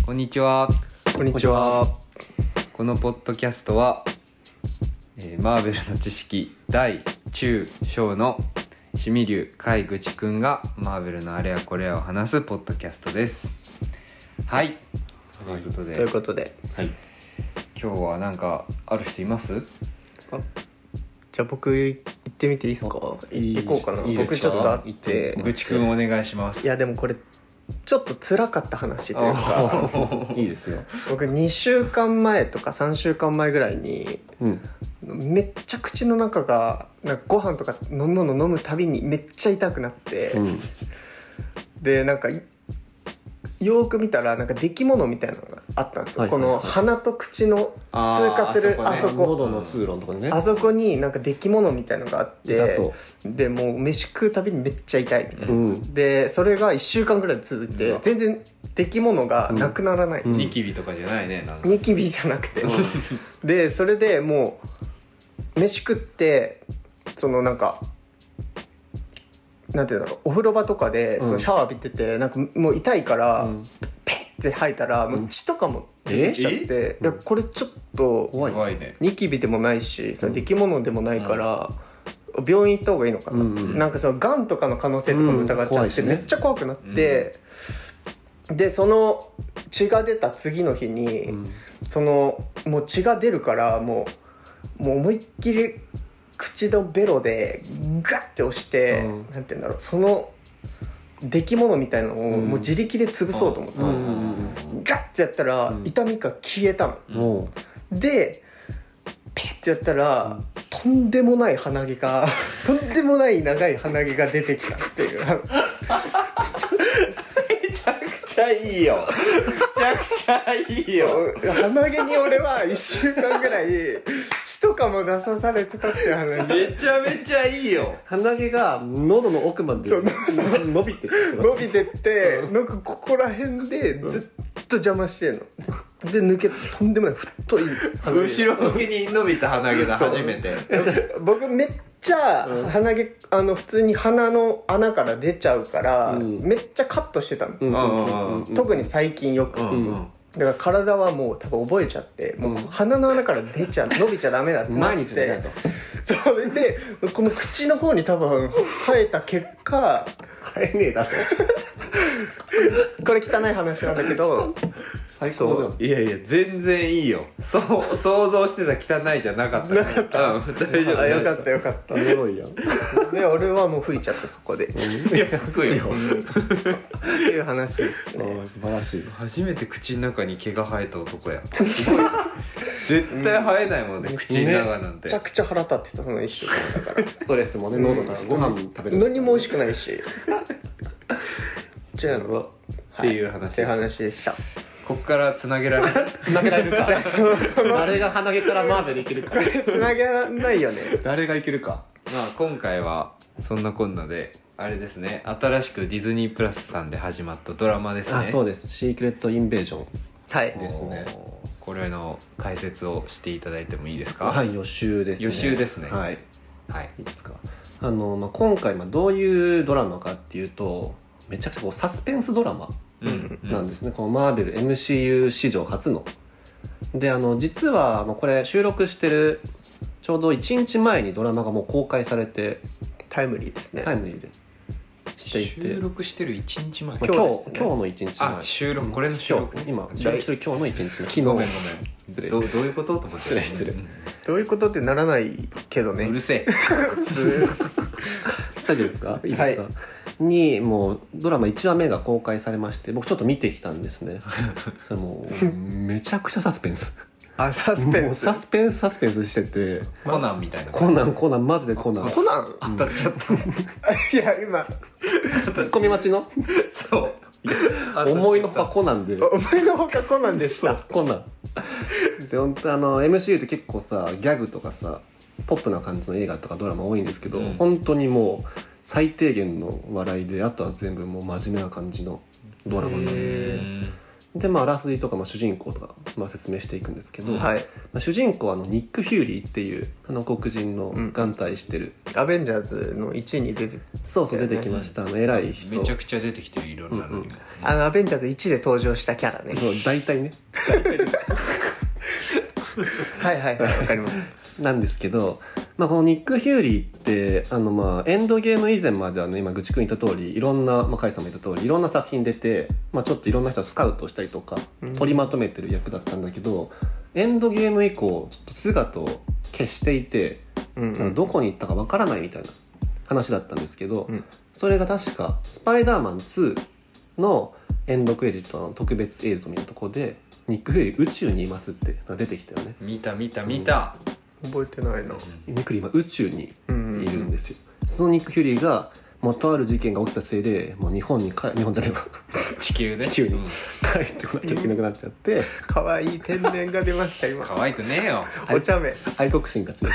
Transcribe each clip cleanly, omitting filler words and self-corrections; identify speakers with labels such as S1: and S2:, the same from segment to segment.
S1: こんにちは。
S2: こんにちは。
S1: このポッドキャストは、マーベルの知識大中小のしみりゅう海口くんがマーベルのあれやこれやを話すポッドキャストです。はい。ということで、
S2: はい、
S1: 今日はなんかある人います？
S2: じゃあ僕行ってみていいですか？行こうかな。僕ちょっとあって、
S1: ぐちくんお願いします。
S2: いやでもこれちょっと辛かった話というか
S3: いいですよ。
S2: 僕2週間前とか3週間前ぐらいに、めっちゃ口の中がなんかご飯とか飲み物飲むたびにめっちゃ痛くなって、でなんかよく見たらなんか出来物みたいなのがあったんですよ、この鼻と口の通過するあそこ
S3: 喉の通路のところね、
S2: あそこになんか出来物みたいなのがあって、でもう飯食うたびにめっちゃ痛いみたいな、でそれが1週間ぐらい続いて、全然出来物がなくならない、
S1: ニキビとかじゃないね、
S2: ニキビじゃなくて、でそれでもう飯食ってそのなんかなんていうんだろう、お風呂場とかでそのシャワー浴びてて、なんかもう痛いから、ペッて吐いたらもう血とかも出てきちゃって、いやこれちょっと
S1: 怖いね。
S2: ニキビでもないし、その出来物でもないから、病院行った方がいいのかな、なんかそのがんとかの可能性とかも疑っちゃって、めっちゃ怖くなって、でその血が出た次の日に、そのもう血が出るからもう思いっきり口のベロでガッて押して、なんて言うんだろう、その出来物みたいなのをもう自力で潰そうと思って、ガッてやったら痛みが消えたの、でペッてやったら、とんでもない鼻毛がとんでもない長い鼻毛が出てきたっていう
S1: めちゃくちゃいいよ。めちゃくちゃいいよ。
S2: 鼻毛に俺は1週間ぐらい血とかも出さされてたっていう話。
S1: めちゃめちゃいいよ。
S3: 鼻毛が喉の奥まで伸びて
S2: ってなんかここら辺でずっと邪魔してんので抜けて、とんでもない太い鼻毛、
S1: 後ろ向きに伸びた鼻毛だ。初めて
S2: 僕めっちゃ鼻毛普通に鼻の穴から出ちゃうから、めっちゃカットしてたの、特に最近よく、だから体はもう多分覚えちゃって、もう鼻の穴から伸びちゃダメだってなって
S3: 毎日じゃないと
S2: それでこの口の方に多分生えた結果
S3: 生えねえだろ
S2: これ汚い話なんだけど
S3: 最高じゃん。
S1: いやいや全然いいよ。そう想像してた汚いじゃなかった。
S2: なかった、
S1: 大丈夫。
S2: よかったよかった。
S3: おもろいやん。
S2: で俺はもう吹いちゃったそこで。
S1: いや吹くよ。
S2: っていう話ですね。
S3: 素晴らしい。
S1: 初めて口の中に毛が生えた男や。絶対生えないもんね、口の中なんて。
S2: めちゃくちゃ腹立ってたその1週間だから。
S3: ストレスもね、喉からご飯食べる。
S2: 何も美味しくないし。違うの
S1: っていう話。
S2: っていう話でした。
S1: ここからつなげられる
S3: か誰が鼻毛からマーベルいけるか
S2: つなげられないよね。
S3: 誰がいけるか。
S1: まあ今回はそんなこんなであれですね、新しくディズニープラスさんで始まったドラマですね。
S3: あ、そうです。シークレットインベージョン
S2: です
S3: ね。
S1: これの解説をしていただいてもいいですか？
S3: はい、予習ですね。
S1: 予習ですね。
S3: はい、いいですか。今回どういうドラマかっていうと、めちゃくちゃこうサスペンスドラマなんですね、このマーベル MCU 史上初ので、実はこれ収録してるちょうど1日前にドラマがもう公開されて、
S2: タイムリーですね。
S3: タイムリーでしていて、
S1: 収録してる1日前、
S3: 今日の1日前、
S1: 収録、これの収録、
S3: 今収録してる今日の1日前、昨日。
S1: ごめん失礼。どういうことと思って。
S3: 失礼。
S2: どういうことってならないけどね。
S1: うるせえ。
S3: 大丈夫ですか？いいですか？にもうドラマ1話目が公開されまして、僕ちょっと見てきたんですね。それもうめちゃくちゃサスペンス。
S2: あ、サスペンス。
S3: サスペンスしてて、
S1: コナンみたいな。
S3: コナンマジでコナン。
S2: コナン
S1: 当たっちゃった。
S2: いや今
S3: ツッコミ待ちの。
S1: そう。
S3: 思いのほかコナンで。
S2: 思いのほかコナンでした。
S3: コナン。で本当MCU って結構さ、ギャグとかさ、ポップな感じの映画とかドラマ多いんですけど、本当にもう最低限の笑いで、あとは全部もう真面目な感じのドラマなんですね。 であらすじとか主人公とか説明していくんですけど、
S2: はい
S3: 主人公はニック・フューリーっていう黒人の眼帯してる、
S2: アベンジャーズの1に出て、
S3: そう出てきました偉い人、
S1: めちゃくちゃ出てきてるいろいろなのに、
S2: アベンジャーズ1で登場したキャラね。
S3: そう大体ね
S2: はいはいはい、わかります
S3: なんですけど、このニック・ヒューリーってエンドゲーム以前まではね、今愚痴くん言った通りいろんな、カイさんも言った通りいろんな作品出て、ちょっといろんな人をスカウトしたりとか、取りまとめてる役だったんだけど、エンドゲーム以降ちょっと姿を消していて、どこに行ったかわからないみたいな話だったんですけど、それが確かスパイダーマン2のエンドクレジットの特別映像みたいなところでニック・フューリー宇宙にいますって出てきたよね。
S1: 見た、
S2: 覚えてないな。
S3: ニック・フューリー今宇宙にいるんですよ、そのニック・フューリーがとある事件が起きたせいでもう日本じゃねえわ
S1: 地球ね、
S3: 地球に帰ってこなきゃいけなくなっちゃって、
S2: 可愛い天然が出ました今。
S1: 可愛くねえよ
S2: お茶目。
S3: 愛国心が強い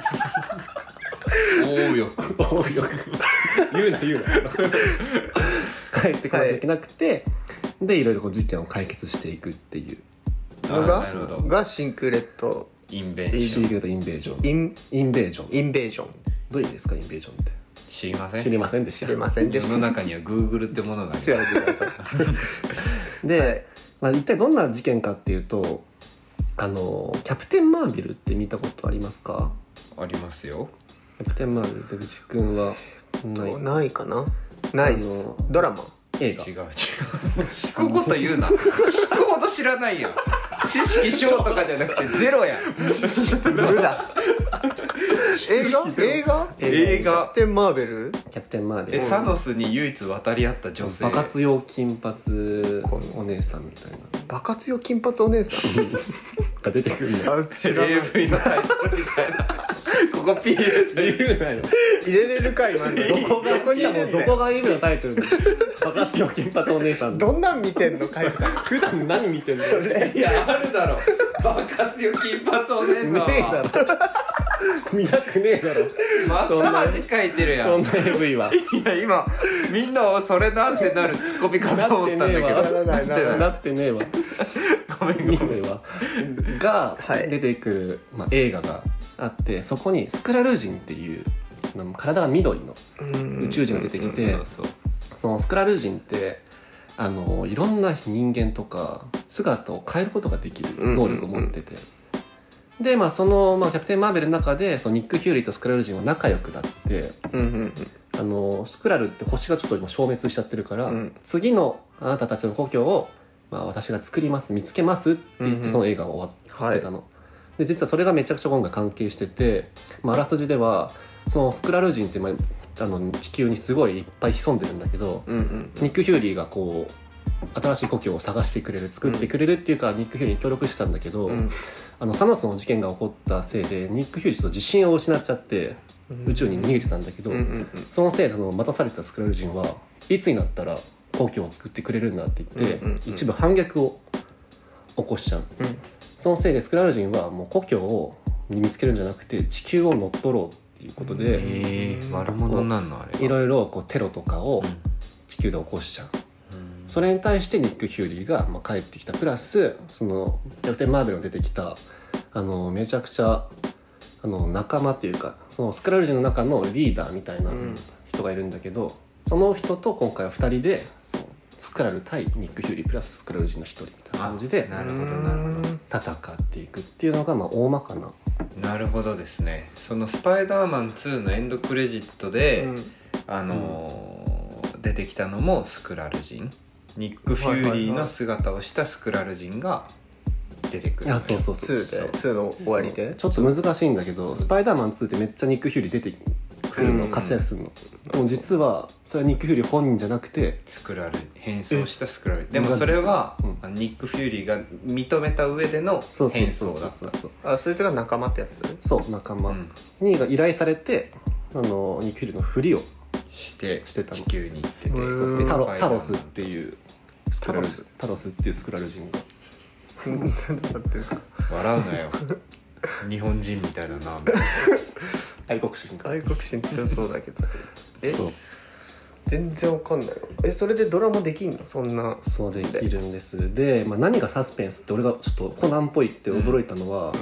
S1: おうよ
S3: 言うな帰ってこなきゃいけなくて、でいろいろ事件を解決していくっていう
S2: の
S1: なるほど
S2: がシンクレット
S1: インベージョン
S3: シークレットインベージョン
S2: イン
S3: インベージョン
S2: インベージョン
S3: どういう意味ですかインベージョンって
S1: 知りません
S3: 知りませんでした
S2: 知りませんでした。
S1: 世の中には Google ってものがある
S3: 調べてくださいで、一体どんな事件かっていうとキャプテンマーベルって見たことありますか？
S1: ありますよ。
S3: キャプテンマーベルって口くんは
S2: ないかな。ナイスドラマ
S3: 映画
S1: 違う聞くこと言うな聞くほど知らないやん知識小とかじゃなくてゼロや
S2: 無だ映画
S1: 映画
S2: キャプテンマーベル。
S3: キャプテンマーベル
S1: サノスに唯一渡り合った女性
S3: 爆発用金髪お姉さんみたいな
S2: 爆発用金髪お姉さん
S3: が出てくるんだよ。
S2: 知らない。
S1: AV のタイトルみたいなここピーって
S3: 言うなよ。
S2: 入れれるか今の。
S3: どこが
S2: こに入れんねん
S3: どこが今のタイトル爆発用金髪お姉さん
S2: どんなん見てんのカイさん。
S3: 普段何見てんの？
S1: いやあるだろ爆発よ金髪お姉さん
S3: ねえだ
S1: は
S3: ろ見たくねえだろ
S1: また恥かいてるやん。
S3: そんな AV はい
S1: や今みんなそれなんてなるツッコミかと思ったんだけど
S3: なってねえわ
S2: ならないならない
S3: なってねえわ
S1: ごめんごめん
S3: 見ねえわが
S2: はい
S3: 出てくる、映画があってそこにスクラル人っていう体が緑の宇宙人が出てきて
S1: そうそう
S3: そのスクラル人っていろんな人間とか姿を変えることができる能力を持ってて、でその、キャプテンマーベルの中でそのニック・ヒューリーとスクラル人は仲良くなって、スクラルって星がちょっと今消滅しちゃってるから、次のあなたたちの故郷を、私が作ります見つけますって言ってその映画が終わってたの、で実はそれがめちゃくちゃ今回関係してて、あらすじではそのスクラル人って、地球にすごいいっぱい潜んでるんだけど、ニック・ヒューリーがこう新しい故郷を探してくれる作ってくれるっていうか、ニック・ヒューリーに協力してたんだけど、サノスの事件が起こったせいでニック・ヒューリーちょっと自信を失っちゃって宇宙に逃げてたんだけど、そのせいで待たされてたスクラル人はいつになったら故郷を作ってくれるんだって言って、一部反逆を起こしちゃう、そのせいでスクラル人はもう故郷を見つけるんじゃなくて地球を乗っ取ろうっていうことで、
S1: 悪者になんのあれ
S3: いろいろテロとかを地球で起こしちゃう、それに対してニック・ヒューリーが帰ってきたプラスそのキャプテン・マーベルに出てきためちゃくちゃ仲間っていうかそのスクラル人の中のリーダーみたいな人がいるんだけど、その人と今回は2人でスクラル対ニック・ヒューリープラススクラル人の1人みたいな感じで
S1: なるほどなるほど
S3: 戦っていくっていうのが大まかな。
S1: なるほどですね。そのスパイダーマン2のエンドクレジットで、出てきたのもスクラル人、ニック・フューリーの姿をしたスクラル人が出てくる。
S3: そう
S2: 2の終わりで
S3: ちょっと難しいんだけど、スパイダーマン2ってめっちゃニック・ヒューリー出てくるの、活躍するの。でも実はそれはニック・フューリー本人じゃなくて
S1: スクラル変装したスクラル、でもそれは、ニック・フューリーが認めた上での変装だった。
S2: あ、そいつが仲間ってやつ。
S3: そう仲間にが依頼されてニック・フューリーのふりを
S1: して
S3: たの。
S1: 地球に行ってて、
S3: でタロスっ
S1: って
S3: いうタロスっていうスクラル人が
S1: 笑うなよ日本人みたいなな
S3: 愛国心が
S2: 愛国心強そうだけどさ
S3: そう
S2: 全然わかんないよ。それでドラマできんの？そんな。
S3: そうできるんです。で、何がサスペンスって俺がちょっとコナンっぽいって驚いたのは、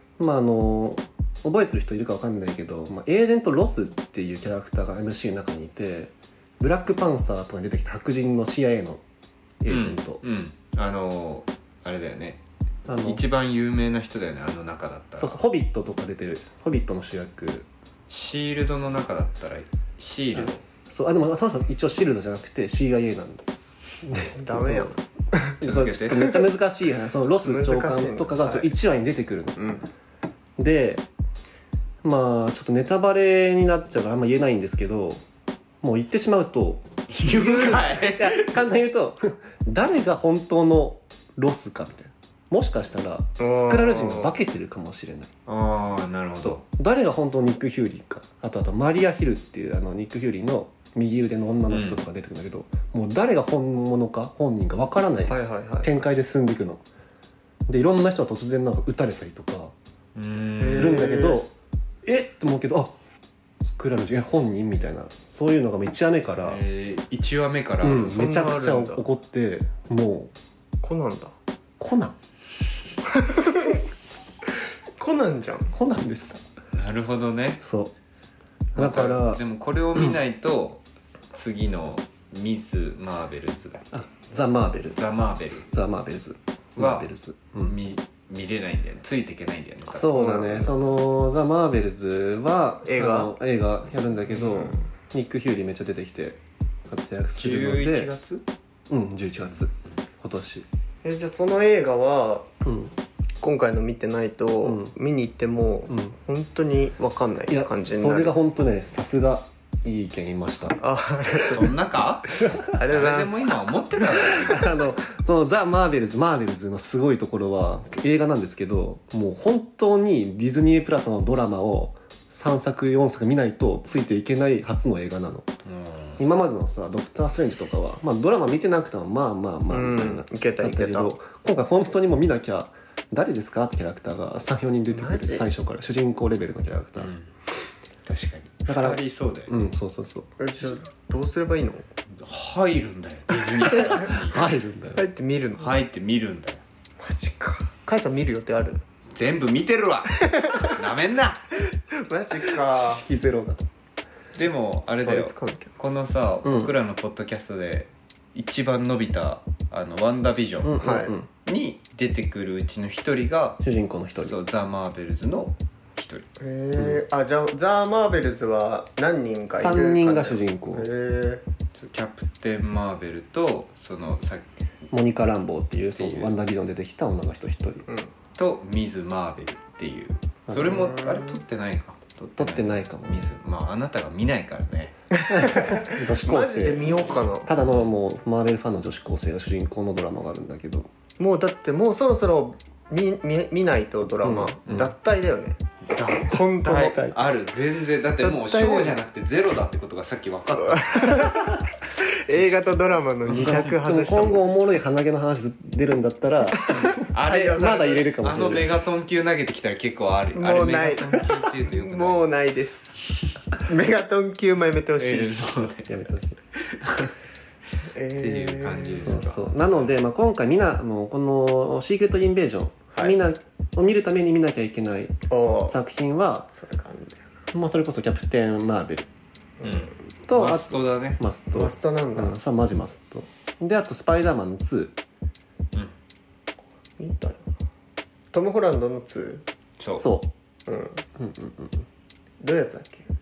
S3: 覚えてる人いるかわかんないけど、エージェントロスっていうキャラクターが MC の中にいて、ブラックパンサーとかに出てきた白人の CIA のエージェント、
S1: あれだよね、一番有名な人だよね、あの中だったら。
S3: そうホビットとか出てる、ホビットの主役。
S1: シールドの中だったらシールド、
S3: そうでもその人一応シールドじゃなくて CIA なんですけど、
S2: ダメやん。
S1: 続けて。
S3: めっちゃ難しい話、そのロス長官とかが1話に出てくるの、でちょっとネタバレになっちゃうからあんま言えないんですけど、もう言ってしまうと
S1: 言うかい
S3: 簡単に言うと誰が本当のロスかみたいな、もしかしたらスクラル人が化けてるかもしれない。
S1: ああ、なるほど。
S3: そう誰が本当のニック・ヒューリーか、あとマリア・ヒルっていうニック・ヒューリーの右腕の女の人とか出てくるんだけど、もう誰が本物か本人かわからない展開で進んでいくので、いろんな人が突然なんか撃たれたりとかするんだけど、って思うけど、スクラル人本人みたいな、そういうのが1話目から、
S1: 1話目から
S3: めちゃくちゃ怒って、もう
S2: コナンだ。
S3: コナン
S2: コナンじゃん。
S3: コナンです。
S1: なるほどね。
S3: そうだから
S1: でもこれを見ないと、次のミズ・マーベルズだっけ、
S3: ザ・マーベル
S1: ザ・マーベル
S3: ザ・マーベルズ
S1: は見れないんだよね、ついていけないんだよね。
S3: そうだね、そのザ・マーベルズは
S2: 映画
S3: やるんだけど、ニック・ヒューリーめっちゃ出てきて活躍するので、
S1: 11月
S3: 11月今年。
S2: じゃあその映画は、今回の見てないと、見に行っても、本当に分かんないって感じになる。
S3: それが本当ね、さすがいい意見言いました。
S1: そんなか
S2: あれ
S1: でも今思ってた
S3: のそのザ・マーベルズのすごいところは、映画なんですけど、もう本当にディズニープラスのドラマを3作4作見ないとついていけない初の映画なの。今までのさドクター・ストレンジとかは、ドラマ見てなくてもまあみたいな、
S2: いけたいけた。
S3: 今回本当にもう見なきゃ、誰ですかってキャラクターが 3,4 人出てくる、最初から主人公レベルのキャラクター、
S1: 確かに
S3: だから
S1: 2人いそうだよね。
S3: そう
S2: じゃあどうすればいいの？
S1: 入るんだよ、ディズニープラスに
S3: 入るんだよ。
S2: 入って見るの？
S1: 入って見るんだよ。
S2: マジか。カイさん見る予定ある？
S1: 全部見てるわなめんな
S2: マジか。
S3: 引きゼロが。
S1: でもあれだよ、このさ、僕らのポッドキャストで一番伸びたワンダービジョンに出てくるうちの一人が
S3: 主人公の一人。
S1: そうザ・マーベルズの一人。
S2: じゃあザ・マーベルズは何人かいるか？
S3: 3人が主人公。
S1: キャプテン・マーベルとそのさっき
S3: モニカ・ランボーっていうそのワンダービジョン出てきた女の人一人、
S1: とミズ・マーベルっていう、それもあれ撮ってないか、
S3: 撮ってないかも。
S1: ミズ、あなたが見ないからね
S3: 女子高
S2: マジで
S3: 生、
S2: 見ようかな。
S3: ただのもうマーベルファンの女子高生が主人公のドラマがあるんだけど、
S2: もうだってもうそろそろ見ないとドラマ、脱退だよね。本当に
S1: ある、全然。だってもうショーじゃなくてゼロだってことがさっき分かった
S2: 映画とドラマの2択外した。
S3: 今後おもろい鼻毛の話出るんだったら
S1: あれ
S3: まだ入れるかもしれない。
S1: メガトン級投げてきたら結構ある。
S2: もうない。
S1: あれメガトン級って言うとよくない。
S2: もうないです。メガトン級もやめてほしい。
S1: そうね、
S3: やめてほしい
S1: っていう感じですか。
S3: そうなので、今回もうこのシークレットインベージョン、みんなを見るために見なきゃいけない作品はそれこそキャプテン・マーベルと、
S1: マストだね。
S2: マストなんだ。
S3: それはマジマストで、あとスパイダーマンの2、
S2: 見たよ。トム・ホランドの2。
S3: そう、
S2: どういうやつだっけ？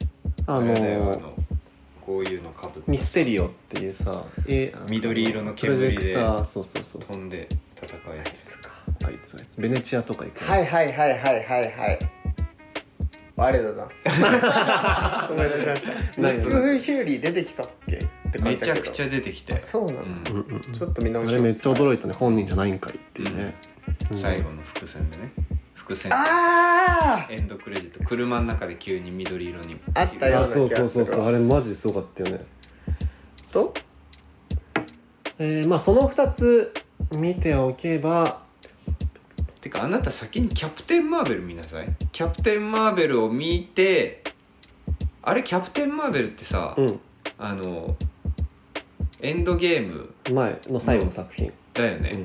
S1: こういうのかぶって
S3: ミステリオっていうさ、
S1: 緑色の煙で
S3: そう
S1: 飛んで戦うやつか。
S3: あいつベネチアとか行く
S2: はいありがとうございます思い出しました。ニック・ヒューリー出てきたっけって感じだけど、
S1: めちゃくちゃ出てきて、
S2: そうなの、ちょっと見直します。
S3: あれめっちゃ驚いたね、本人じゃないんかいっていうね、
S1: 最後の伏線でね、エンドクレジット、車の中で急に緑色に
S2: あったような気がする。
S3: そうあれマジですごかったよね。
S2: と
S3: その2つ見ておけば、
S1: てかあなた先にキャプテンマーベル見なさい。キャプテンマーベルを見て、あれキャプテンマーベルってさ、 エンドゲーム
S3: 前の最後の作品
S1: だよね、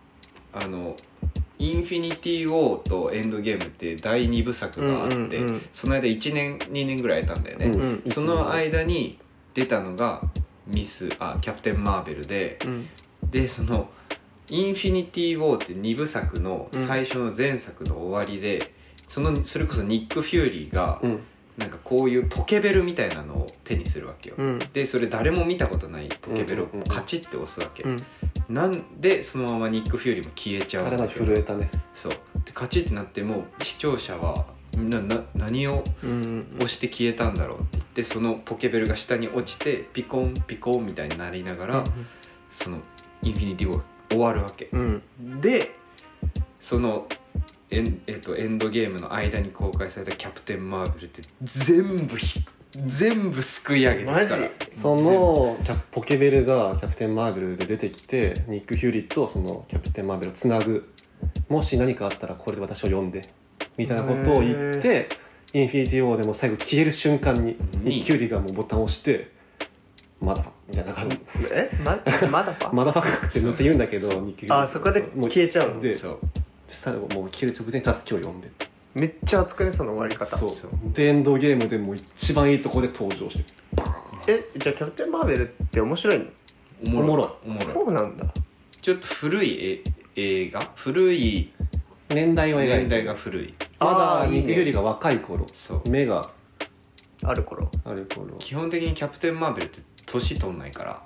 S1: インフィニティ・ウォーとエンドゲームって第2部作があって、その間1年2年ぐらいやったんだよね、その間に出たのがキャプテン・マーベルで、でそのインフィニティ・ウォーって2部作の最初の前作の終わりで、それこそニック・フューリーがなんかこういうポケベルみたいなのを手にするわけよ、でそれ誰も見たことないポケベルをカチッて押すわけ、なんでそのままニック・フューリーも消えちゃうんだけど、
S3: あれが震えたね。
S1: そうでカチッてなっても視聴者は何を押して消えたんだろうって言って、そのポケベルが下に落ちてピコンピコンみたいになりながら、そのインフィニティ・ウォー終わるわけ、でそのエンドゲームの間に公開されたキャプテン・マーベルって全部すくい上げてるから。
S3: そのポケベルがキャプテン・マーベルで出てきて、ニック・ヒューリーとそのキャプテン・マーベルをつなぐ、もし何かあったらこれで私を呼んでみたいなことを言って、インフィニティ・ウォーでも最後消える瞬間にニック・ヒューリーがもうボタンを押してまだみたいな感じ
S2: まだファ
S3: ってめっちゃ言うんだけど、ニック・ヒューリー
S2: そこで消えちゃうの
S3: で、そしたらもう消える直前に助けを呼んで、
S2: めっちゃ熱くね、その終わり方。
S3: そうでエンドゲームでもう一番いいところで登場して
S2: じゃあキャプテン・マーベルって面白いの？
S3: おもろい。
S2: そうなんだ。
S1: ちょっと古い映画、古い
S3: 年代
S1: が古い、
S3: まだニック・ヒューリーが若い頃、目が
S2: ある頃。
S1: 基本的にキャプテン・マーベルって年取んないから、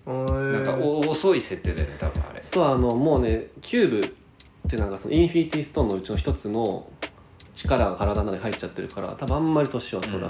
S1: なんか遅い設定だよね多分あれ。
S3: そうもうね、キューブってなんかそのインフィニティストーンのうちの一つの力が体の中に入っちゃってるから、多分あんまり年は取らない、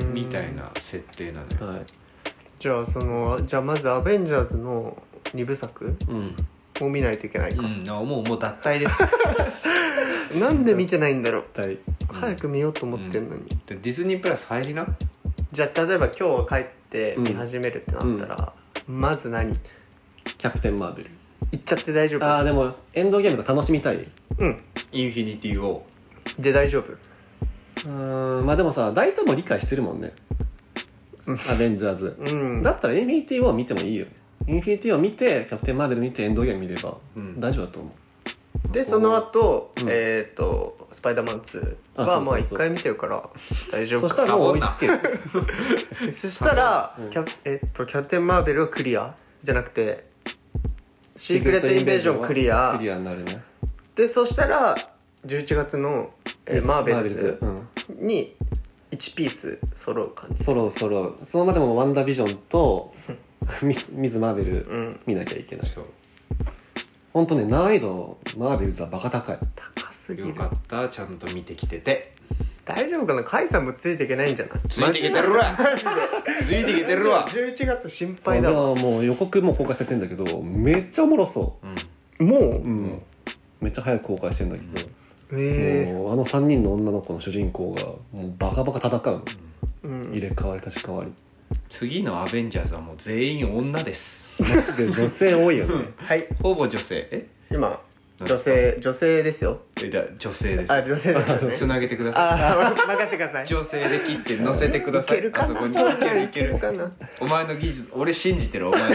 S1: みたいな設定なのよ、
S2: じゃあまずアベンジャーズの2部作を見ないといけないか、
S1: もう脱退です
S2: なんで見てないんだろう、早く見ようと思ってんのに、
S1: ディズニープラス入りな。
S2: じゃあ例えば今日帰って見始めるってなったら、まず何？
S3: キャプテン・マーベル
S2: 行っちゃって大丈夫？
S3: でもエンドゲームが楽しみたい。
S1: インフィニティを
S2: で大丈夫？
S3: まあでもさ、大体もう理解してるもんね、アベンジャーズ、だったらインフィニティを見てもいいよね。インフィニティを見てキャプテン・マーベル見てエンドゲーム見れば大丈夫だと思う、
S2: でその後、スパイダーマン2はまあ1回見てるから大丈夫か。
S3: そしたらもう追いつける
S2: そしたら、キャプテン・マーベルはクリアじゃなくてシークレット・インベージョンクリア
S3: になるね。
S2: でそしたら11月の、マーベルズに1ピース揃う感じ。
S3: 揃う。そのまでもワンダービジョンとミズ・マーベル見なきゃいけない。ほんとね、難易度マーベルズはバカ高い。
S2: 高すぎる。
S1: よかった、ちゃんと見てきてて。
S2: 大丈夫かな、カイさんもついていけないんじゃない？
S1: ついていけてるわついていけてるわ。
S2: 11月心配だわ。
S3: もう予告も公開されてんだけど、めっちゃおもろそう、
S2: もう、
S3: めっちゃ早く公開してんだけど、もう3人の女の子の主人公がもうバカバカ戦う、入れ替わり立ち替わり。
S1: 次のアベンジャーズはもう全員女です。
S3: マジで女性多いよね
S2: はい
S1: ほぼ女性。
S2: 今女性ですよ。
S1: 女性です。
S2: 女性ですよね。
S1: つなげてください。
S2: 任せてください。
S1: 女性で切って乗せてください。
S2: いけるかな、
S1: あそこにいける
S2: かな。
S1: お前の技術、俺信じてる。お前の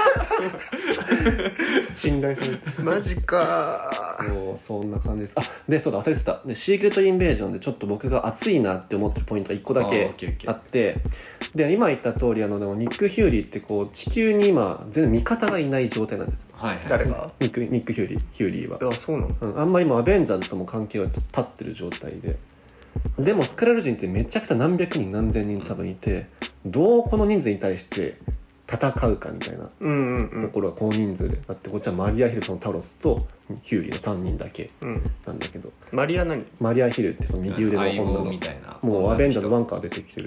S3: 信頼されて
S2: マジか。
S3: そんな感じです。でそうだ、忘れてた。でシークレットインベージョンでちょっと僕が熱いなって思ってるポイントが1個だけあって、で今言った通りでもニック・ヒューリーってこう地球に今全然味方がいない状態なんです。
S2: 誰が？
S3: ニック・ヒューリーは。
S2: そうなの？
S3: あんまりもうアベンジャーズとも関係は立ってる状態で、でもスクラル人ってめちゃくちゃ何百人何千人多分いて、どうこの人数に対して戦うかみたいなところはこの人数で、だってこっちはマリア・ヒルとのタロスとヒューリーの3人だけなんだけど、
S2: マリアヒ
S3: ルってその右腕の女の
S1: みたいな、
S3: もうアベンジャーズ1から出てきてる。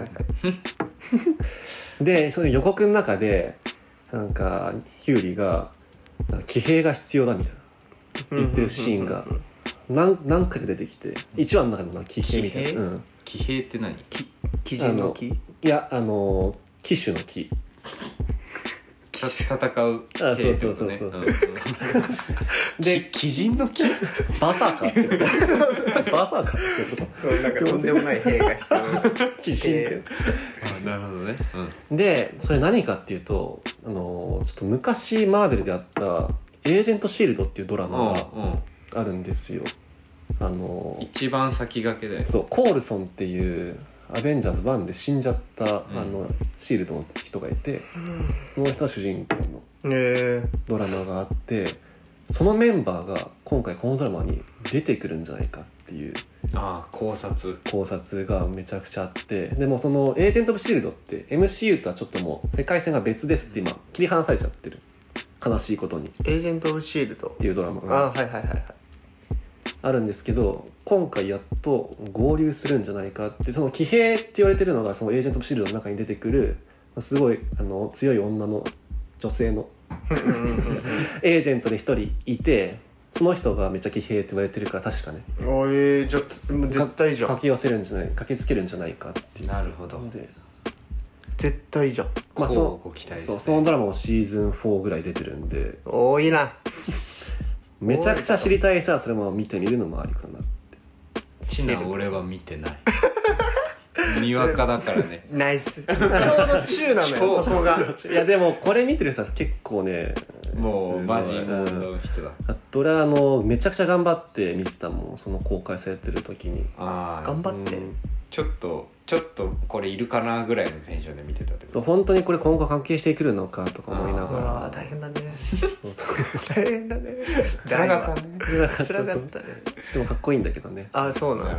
S2: はい
S3: でその予告の中でなんかヒューリーが騎兵が必要だみたいな言ってるシーンが何回か出てきて、1話の中で騎兵みたいな。
S1: 騎兵って何？
S2: 騎人の騎？
S3: いや騎手の騎。
S1: 戦う兵ってことね。
S3: で
S1: 騎人の騎？
S3: バサーカーってババーサーカーってこと
S2: そうなんかとんでもない兵が必要な
S3: 必死に
S1: あなるほどね、
S3: でそれ何かっていうとちょっと昔マーベルであった「エージェントシールド」っていうドラマがあるんですよ。
S1: 一番先駆けで
S3: そうコールソンっていうアベンジャーズ1で死んじゃった、シールドの人がいて、その人が主人公のドラマがあって、そのメンバーが今回このドラマに出てくるんじゃないかっていう考察がめちゃくちゃあって、でもそのエージェント・オブ・シールドって MCU とはちょっともう世界線が別ですって今切り離されちゃってる、悲しいことに。
S2: エージェント・オブ・シールド
S3: っていうドラマがあるんですけど、今回やっと合流するんじゃないかって、その騎兵って言われてるのがそのエージェント・オブ・シールドの中に出てくるすごい強い女の女性のエージェントで一人いて、その人がめっちゃ騎兵って言われてるから、確かね
S2: じゃあ絶対じゃん、
S3: 駆けつけるんじゃないかっていう。
S1: なるほど、
S2: 絶対じゃん。
S1: ご期待ですね。
S3: そのドラマもシーズン4ぐらい出てるんで、
S2: 多いな。
S3: めちゃくちゃ知りたい人はそれも見てみるのもありかなって。
S1: 俺は見てないにわかだからね。
S2: ナイス。ちょうど中なのよそこが。
S3: いやでもこれ見てる人は結構ね、
S1: もうマジの人だ。
S3: 俺はめちゃくちゃ頑張って見てたもん、その公開されてる時に。
S2: 頑張って、
S1: ちょっとこれいるかなぐらいのテンションで見てたってこと。
S3: そう本当にこれ今後関係してくるのかとか思いながら。
S2: 大変だね。
S3: そう
S2: 大変だね。
S1: 辛かったね。
S2: 辛かったね。
S3: でもかっこいいんだけどね。
S2: そうなの。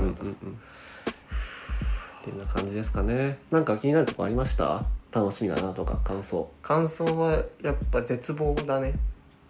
S3: っていうような感じですかね。なんか気になるとこありました？楽しみだなとか感想
S2: はやっぱ絶望だね。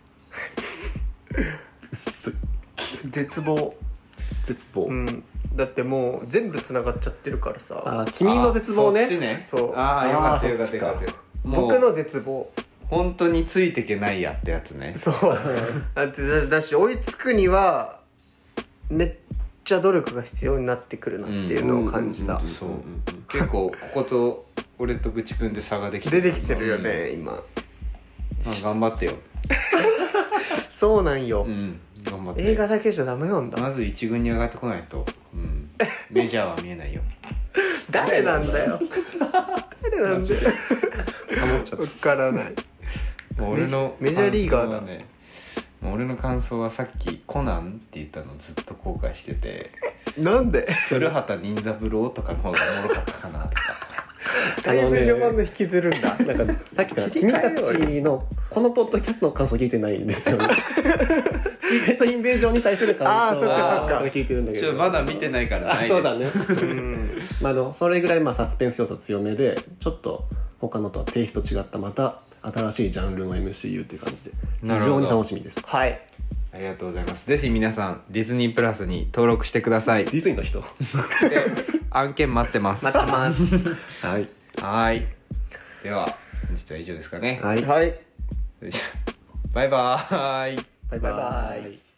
S2: 絶望、だってもう全部つながっちゃってるからさ。
S3: 君の絶望ね。
S1: そっちね。
S2: そう。
S1: よかったよかった。
S2: 僕の絶望、
S1: 本当についてけないやってやつね。
S2: そうだし追いつくにはめっちゃ努力が必要になってくるなっていうのを感じた。
S1: そう結構ここと俺とぐちくんで差が出てき
S2: てるよね、今。
S1: 頑張ってよ。
S2: そうなんよ、
S1: 頑張って。
S2: 映画だけじゃダメなんだ。
S1: まず一軍に上がってこないと、メジャーは見えないよ。
S2: 誰なんだよ誰なんだよ分からない。
S1: 俺の
S2: メジャーリーガーだ
S1: ね。俺の感想はさっきコナンって言ったのずっと後悔してて、
S2: なんで
S1: 古畑任三郎とかの方がおもろかったかなとか。
S2: だいぶ序盤の引きずるんだ。
S3: なんかさっきから君たちのこのポッドキャストの感想聞いてないんですよね。シークレットインベージョンに対する感想は聞いてるんだけど、
S1: まだ見てないからないです。
S3: そうだね。それぐらいサスペンス要素強めで、ちょっと他のとはテイスト違ったまた新しいジャンルの MCU っていう感じで非常に楽しみです。
S2: はい、
S1: ありがとうございます。ぜひ皆さんディズニープラスに登録してください。
S3: ディズニーの人
S1: で案件待ってます。はい。では本日は以上ですかね。
S3: はい。
S1: それじゃバイバーイ。
S3: バイバイ。